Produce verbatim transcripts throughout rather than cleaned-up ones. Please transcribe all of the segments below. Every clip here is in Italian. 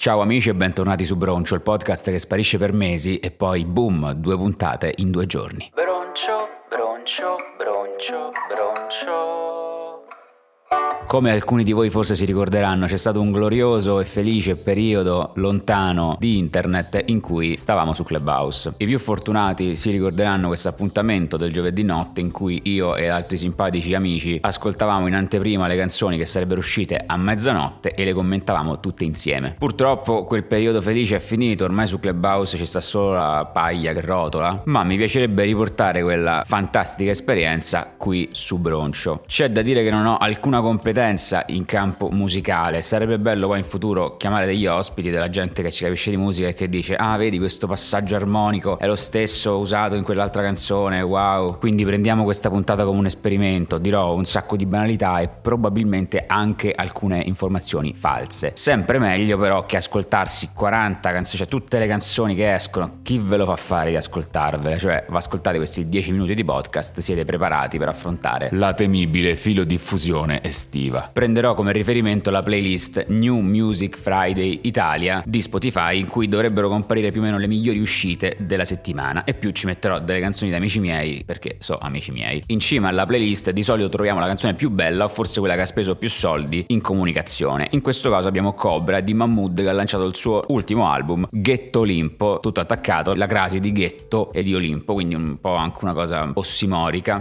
Ciao amici e bentornati su Broncio, il podcast che sparisce per mesi e poi boom, due puntate in due giorni. Broncio, broncio, broncio, broncio. Come alcuni di voi forse si ricorderanno, c'è stato un glorioso e felice periodo lontano di internet in cui stavamo su Clubhouse. I più fortunati si ricorderanno questo appuntamento del giovedì notte in cui io e altri simpatici amici ascoltavamo in anteprima le canzoni che sarebbero uscite a mezzanotte e le commentavamo tutte insieme. Purtroppo quel periodo felice è finito, ormai su Clubhouse ci sta solo la paglia che rotola, ma mi piacerebbe riportare quella fantastica esperienza qui su Broncio. C'è da dire che non ho alcuna competenza in campo musicale, sarebbe bello poi in futuro chiamare degli ospiti, della gente che ci capisce di musica e che dice ah vedi questo passaggio armonico è lo stesso usato in quell'altra canzone, wow, quindi prendiamo questa puntata come un esperimento. Dirò un sacco di banalità e probabilmente anche alcune informazioni false, sempre meglio però che ascoltarsi quaranta canzoni, cioè tutte le canzoni che escono. Chi ve lo fa fare di ascoltarvele? Cioè vi ascoltate questi dieci minuti di podcast, siete preparati per affrontare la temibile filodiffusione estiva. Prenderò come riferimento la playlist New Music Friday Italia di Spotify, in cui dovrebbero comparire più o meno le migliori uscite della settimana, e più ci metterò delle canzoni da amici miei, perché so amici miei. In cima alla playlist di solito troviamo la canzone più bella o forse quella che ha speso più soldi in comunicazione. In questo caso abbiamo Cobra di Mahmood, che ha lanciato il suo ultimo album Ghetto Olimpo, tutto attaccato la crasi di ghetto e di Olimpo, quindi un po' anche una cosa ossimorica.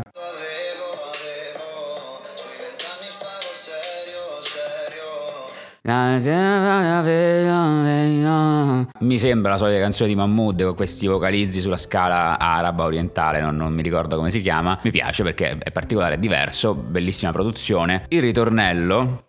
Mi sembra la solita canzone di Mahmood con questi vocalizzi sulla scala araba orientale, non, non mi ricordo come si chiama. Mi piace perché è particolare, è diverso, bellissima produzione. Il ritornello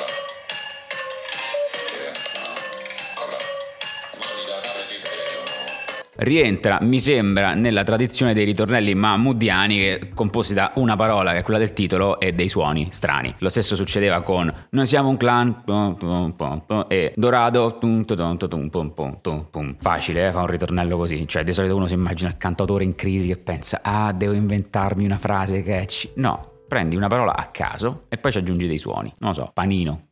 rientra, mi sembra, nella tradizione dei ritornelli mahmoodiani, che composti da una parola, che è quella del titolo, e dei suoni strani. Lo stesso succedeva con Noi siamo un clan e Dorado. Facile, eh, fa un ritornello così. Cioè, di solito uno si immagina il cantautore in crisi che pensa ah, devo inventarmi una frase catchy. No, prendi una parola a caso e poi ci aggiungi dei suoni, non lo so, panino.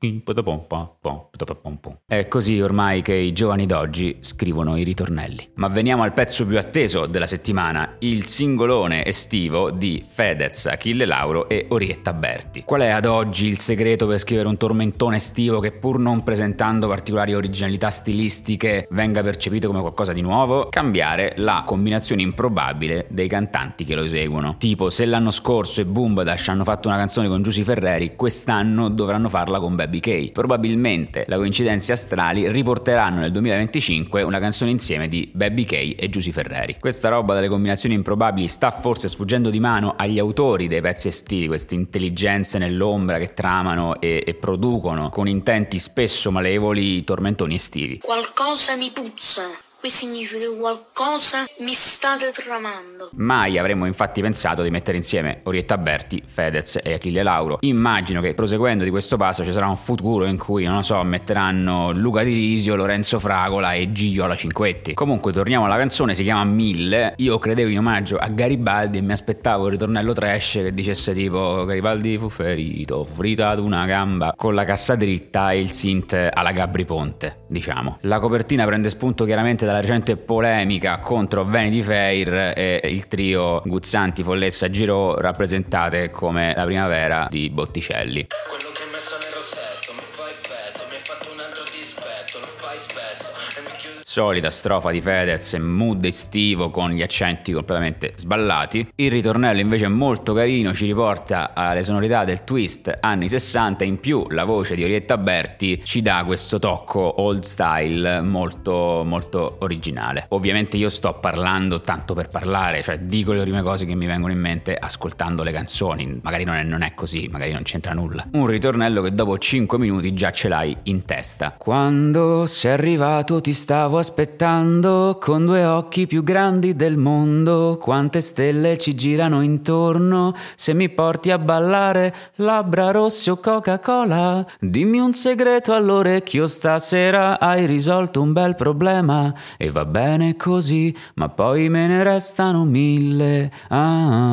È così ormai che i giovani d'oggi scrivono i ritornelli. Ma veniamo al pezzo più atteso della settimana, il singolone estivo di Fedez, Achille Lauro e Orietta Berti. Qual è ad oggi il segreto per scrivere un tormentone estivo che, pur non presentando particolari originalità stilistiche, venga percepito come qualcosa di nuovo? Cambiare la combinazione improbabile dei cantanti che lo eseguono. Tipo, se l'anno scorso i Boom Dash hanno fatto una canzone con Giusy Ferreri, quest'anno dovranno farla con Baby K. Probabilmente le coincidenze astrali riporteranno nel duemilaventicinque una canzone insieme di Baby K e Giusy Ferreri. Questa roba delle combinazioni improbabili sta forse sfuggendo di mano agli autori dei pezzi estivi, queste intelligenze nell'ombra che tramano e, e producono con intenti spesso malevoli tormentoni estivi. Qualcosa mi puzza. Questo significa che qualcosa mi state tramando. Mai avremmo infatti pensato di mettere insieme Orietta Berti, Fedez e Achille Lauro. Immagino che proseguendo di questo passo ci sarà un futuro in cui, non lo so, metteranno Luca Di Risio, Lorenzo Fragola e Gigiola Cinquetti. Comunque torniamo alla canzone, si chiama Mille. Io credevo in omaggio a Garibaldi e mi aspettavo il ritornello trash che dicesse tipo Garibaldi fu ferito, fu ferita ad una gamba, con la cassa dritta e il synth alla Gabri Ponte, diciamo. La copertina prende spunto chiaramente dalla recente polemica contro Vanity Fair e il trio Guzzanti, Follessa, Giro, rappresentate come la primavera di Botticelli. Quello che hai messo nel rossetto mi fa effetto, mi hai fatto un altro dispetto, lo fai spesso e mi chiudi. Solita strofa di Fedez, mood estivo con gli accenti completamente sballati. Il ritornello invece è molto carino, ci riporta alle sonorità del twist anni sessanta, in più la voce di Orietta Berti ci dà questo tocco old style molto molto originale. Ovviamente io sto parlando tanto per parlare, cioè dico le prime cose che mi vengono in mente ascoltando le canzoni, magari non è, non è così, magari non c'entra nulla. Un ritornello che dopo cinque minuti già ce l'hai in testa. Quando sei arrivato ti stavo aspettando con due occhi più grandi del mondo, quante stelle ci girano intorno, se mi porti a ballare labbra rosse o Coca-Cola, dimmi un segreto all'orecchio, stasera hai risolto un bel problema e va bene così, ma poi me ne restano mille. Ah,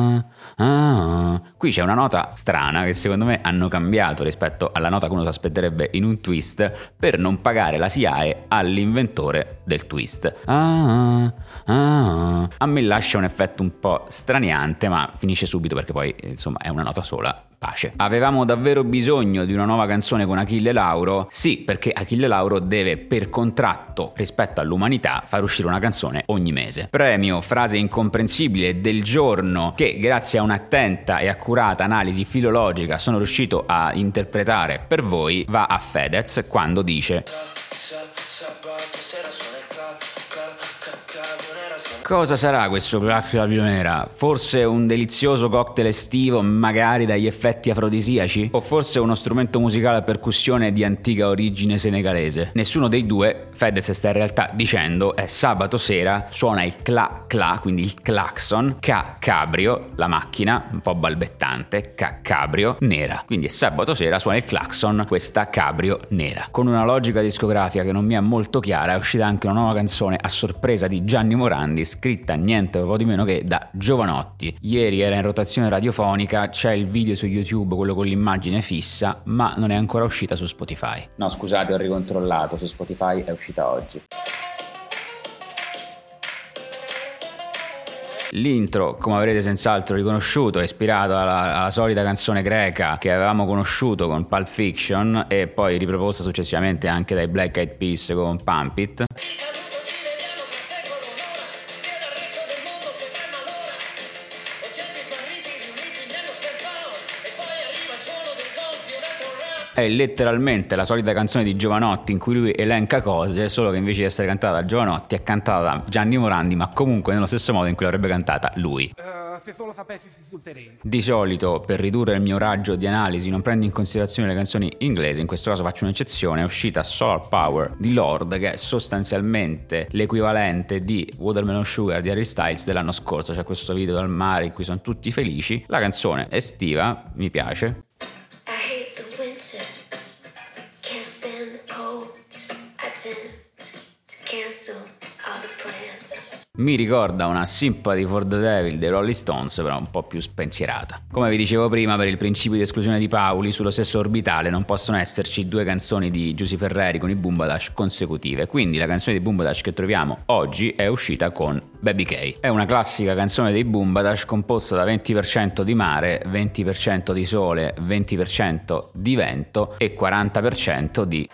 ah. Qui c'è una nota strana che secondo me hanno cambiato rispetto alla nota che uno si aspetterebbe in un twist per non pagare la S I A E all'inventore del twist. Ah, ah. A me lascia un effetto un po' straniante, ma finisce subito perché poi insomma è una nota sola. Pace. Avevamo davvero bisogno di una nuova canzone con Achille Lauro? Sì, perché Achille Lauro deve per contratto rispetto all'umanità far uscire una canzone ogni mese. Premio frase incomprensibile del giorno che grazie a un'attenta e accurata analisi filologica sono riuscito a interpretare per voi va a Fedez quando dice: cosa sarà questo clac camionera? Forse un delizioso cocktail estivo, magari dagli effetti afrodisiaci? O forse uno strumento musicale a percussione di antica origine senegalese? Nessuno dei due. Fedez sta in realtà dicendo è sabato sera, suona il cla cla, quindi il clacson, ca cabrio, la macchina un po' balbettante, ca cabrio nera. Quindi è sabato sera, suona il clacson, questa cabrio nera. Con una logica discografica che non mi è molto chiara è uscita anche una nuova canzone a sorpresa di Gianni Morandi, scritta niente po' di meno che da Giovanotti. Ieri era in rotazione radiofonica, c'è il video su YouTube, quello con l'immagine fissa, ma non è ancora uscita su Spotify. No, scusate, ho ricontrollato, su Spotify è uscita oggi. L'intro, come avrete senz'altro riconosciuto, è ispirato alla, alla solita canzone greca che avevamo conosciuto con Pulp Fiction e poi riproposta successivamente anche dai Black Eyed Peas con Pump It. È letteralmente la solita canzone di Giovanotti in cui lui elenca cose, solo che invece di essere cantata da Giovanotti è cantata da Gianni Morandi, ma comunque nello stesso modo in cui l'avrebbe cantata lui. Uh, se solo sapessi sul terreno. Di solito, per ridurre il mio raggio di analisi, non prendo in considerazione le canzoni inglesi, in questo caso faccio un'eccezione. È uscita Solar Power di Lord, che è sostanzialmente l'equivalente di Watermelon Sugar di Harry Styles dell'anno scorso. C'è questo video dal mare in cui sono tutti felici. La canzone è estiva, mi piace. Mi ricorda una Sympathy for the Devil dei Rolling Stones, però un po' più spensierata. Come vi dicevo prima, per il principio di esclusione di Pauli, sullo stesso orbitale non possono esserci due canzoni di Giusy Ferreri con i Bumbadash consecutive, quindi la canzone di Bumbadash che troviamo oggi è uscita con Baby K. È una classica canzone dei Bumbadash composta da venti per cento di mare, venti per cento di sole, venti per cento di vento e quaranta per cento di...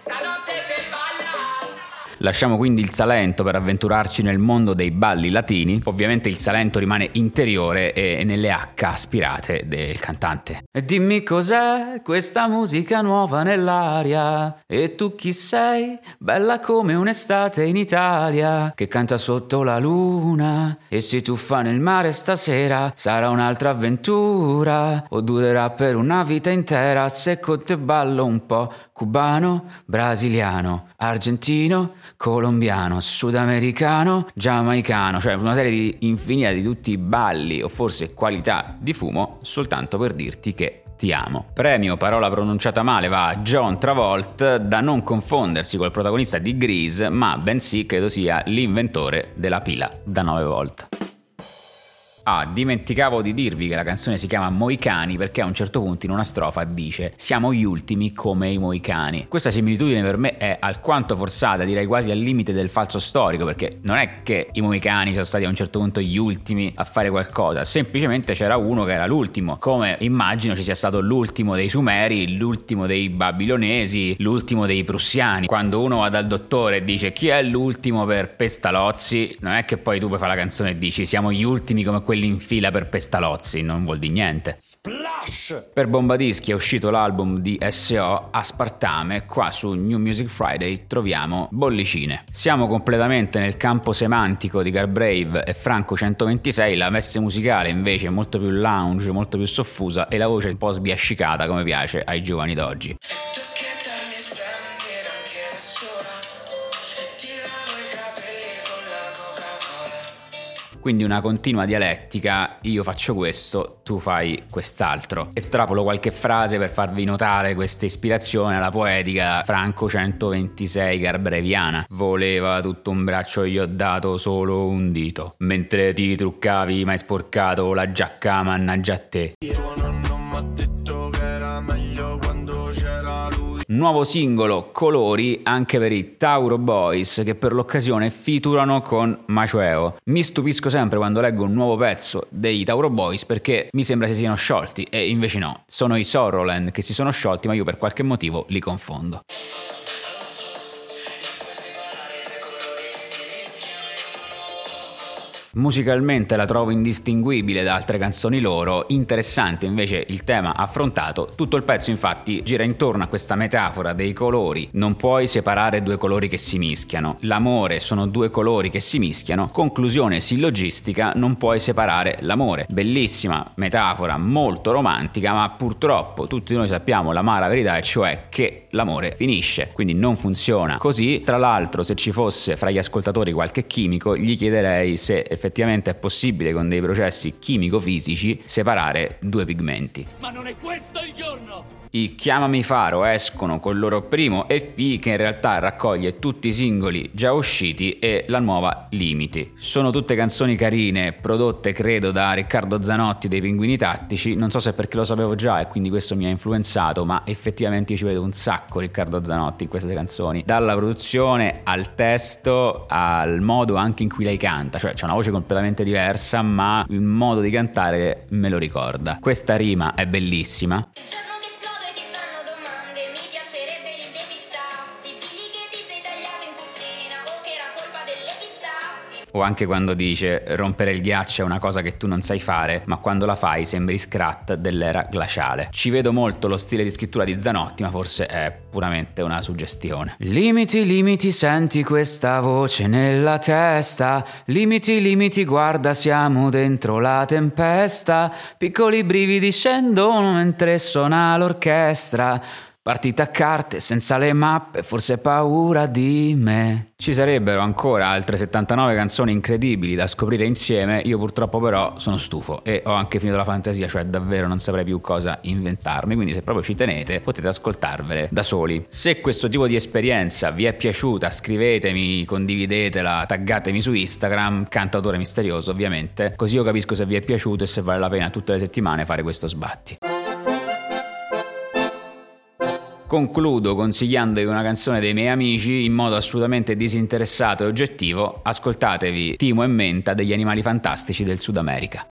Lasciamo quindi il Salento per avventurarci nel mondo dei balli latini. Ovviamente il Salento rimane interiore e nelle H aspirate del cantante. E dimmi cos'è questa musica nuova nell'aria? E tu chi sei? Bella come un'estate in Italia, che canta sotto la luna e si tuffa nel mare stasera. Sarà un'altra avventura o durerà per una vita intera. Se con te ballo un po' cubano, brasiliano, argentino, colombiano, sudamericano, giamaicano, cioè una serie di infinita di tutti i balli o forse qualità di fumo soltanto per dirti che ti amo. Premio parola pronunciata male va a John Travolta, da non confondersi col protagonista di Grease, ma bensì credo sia l'inventore della pila da nove volte. Ah, dimenticavo di dirvi che la canzone si chiama Moicani perché a un certo punto in una strofa dice siamo gli ultimi come i Moicani. Questa similitudine per me è alquanto forzata, direi quasi al limite del falso storico, perché non è che i Moicani sono stati a un certo punto gli ultimi a fare qualcosa, semplicemente c'era uno che era l'ultimo, come immagino ci sia stato l'ultimo dei Sumeri, l'ultimo dei Babilonesi, l'ultimo dei Prussiani. Quando uno va dal dottore e dice chi è l'ultimo per Pestalozzi, non è che poi tu puoi fare la canzone e dici siamo gli ultimi come quelli in fila per Pestalozzi, non vuol dire niente. Splash! Per Bombadischi è uscito l'album di S O Aspartame, qua su New Music Friday troviamo Bollicine. Siamo completamente nel campo semantico di Garbrave e Franco centoventisei, la veste musicale invece è molto più lounge, molto più soffusa e la voce un po' sbiascicata come piace ai giovani d'oggi. quindi una continua dialettica, io faccio questo, tu fai quest'altro. Estrapolo qualche frase per farvi notare questa ispirazione alla poetica Franco centoventisei Garbreviana. Voleva tutto un braccio, gli ho dato solo un dito, mentre ti truccavi m'hai sporcato la giacca, mannaggia a te. Nuovo singolo Colori anche per i Tauro Boys, che per l'occasione featurano con Maceo. Mi stupisco sempre quando leggo un nuovo pezzo dei Tauro Boys perché mi sembra si siano sciolti, e invece no, sono i Sorrowland che si sono sciolti, ma io per qualche motivo li confondo. Musicalmente la trovo indistinguibile da altre canzoni loro, interessante invece il tema affrontato. Tutto il pezzo infatti gira intorno a questa metafora dei colori. Non puoi separare due colori che si mischiano. L'amore sono due colori che si mischiano. Conclusione sillogistica, non puoi separare l'amore. Bellissima metafora, molto romantica, ma purtroppo tutti noi sappiamo l'amara verità, e cioè che l'amore finisce, quindi non funziona così. Tra l'altro, se ci fosse fra gli ascoltatori qualche chimico, gli chiederei se effettivamente è possibile con dei processi chimico-fisici separare due pigmenti. Ma non è questo il giorno! I Chiamami Faro escono col loro primo E P, che in realtà raccoglie tutti i singoli già usciti e la nuova Limiti. Sono tutte canzoni carine, prodotte credo da Riccardo Zanotti dei Pinguini Tattici. Non so se perché lo sapevo già e quindi questo mi ha influenzato, ma effettivamente io ci vedo un sacco Riccardo Zanotti in queste canzoni, dalla produzione al testo al modo anche in cui lei canta, cioè c'è una voce completamente diversa ma il modo di cantare me lo ricorda. Questa rima è bellissima. O anche quando dice rompere il ghiaccio è una cosa che tu non sai fare, ma quando la fai sembri Scrat dell'era glaciale. Ci vedo molto lo stile di scrittura di Zanotti, ma forse è puramente una suggestione. Limiti, limiti, senti questa voce nella testa. Limiti, limiti, guarda, siamo dentro la tempesta. Piccoli brividi scendono mentre suona l'orchestra. Partita a carte, senza le mappe, forse paura di me. Ci sarebbero ancora altre settantanove canzoni incredibili da scoprire insieme. Io purtroppo però sono stufo e ho anche finito la fantasia, cioè davvero non saprei più cosa inventarmi. Quindi se proprio ci tenete potete ascoltarvele da soli. Se questo tipo di esperienza vi è piaciuta, scrivetemi, condividetela, taggatemi su Instagram, Cantautore Misterioso ovviamente, così io capisco se vi è piaciuto e se vale la pena tutte le settimane fare questo sbatti. Concludo consigliandovi una canzone dei miei amici in modo assolutamente disinteressato e oggettivo. Ascoltatevi Timo e Menta degli Animali Fantastici del Sud America.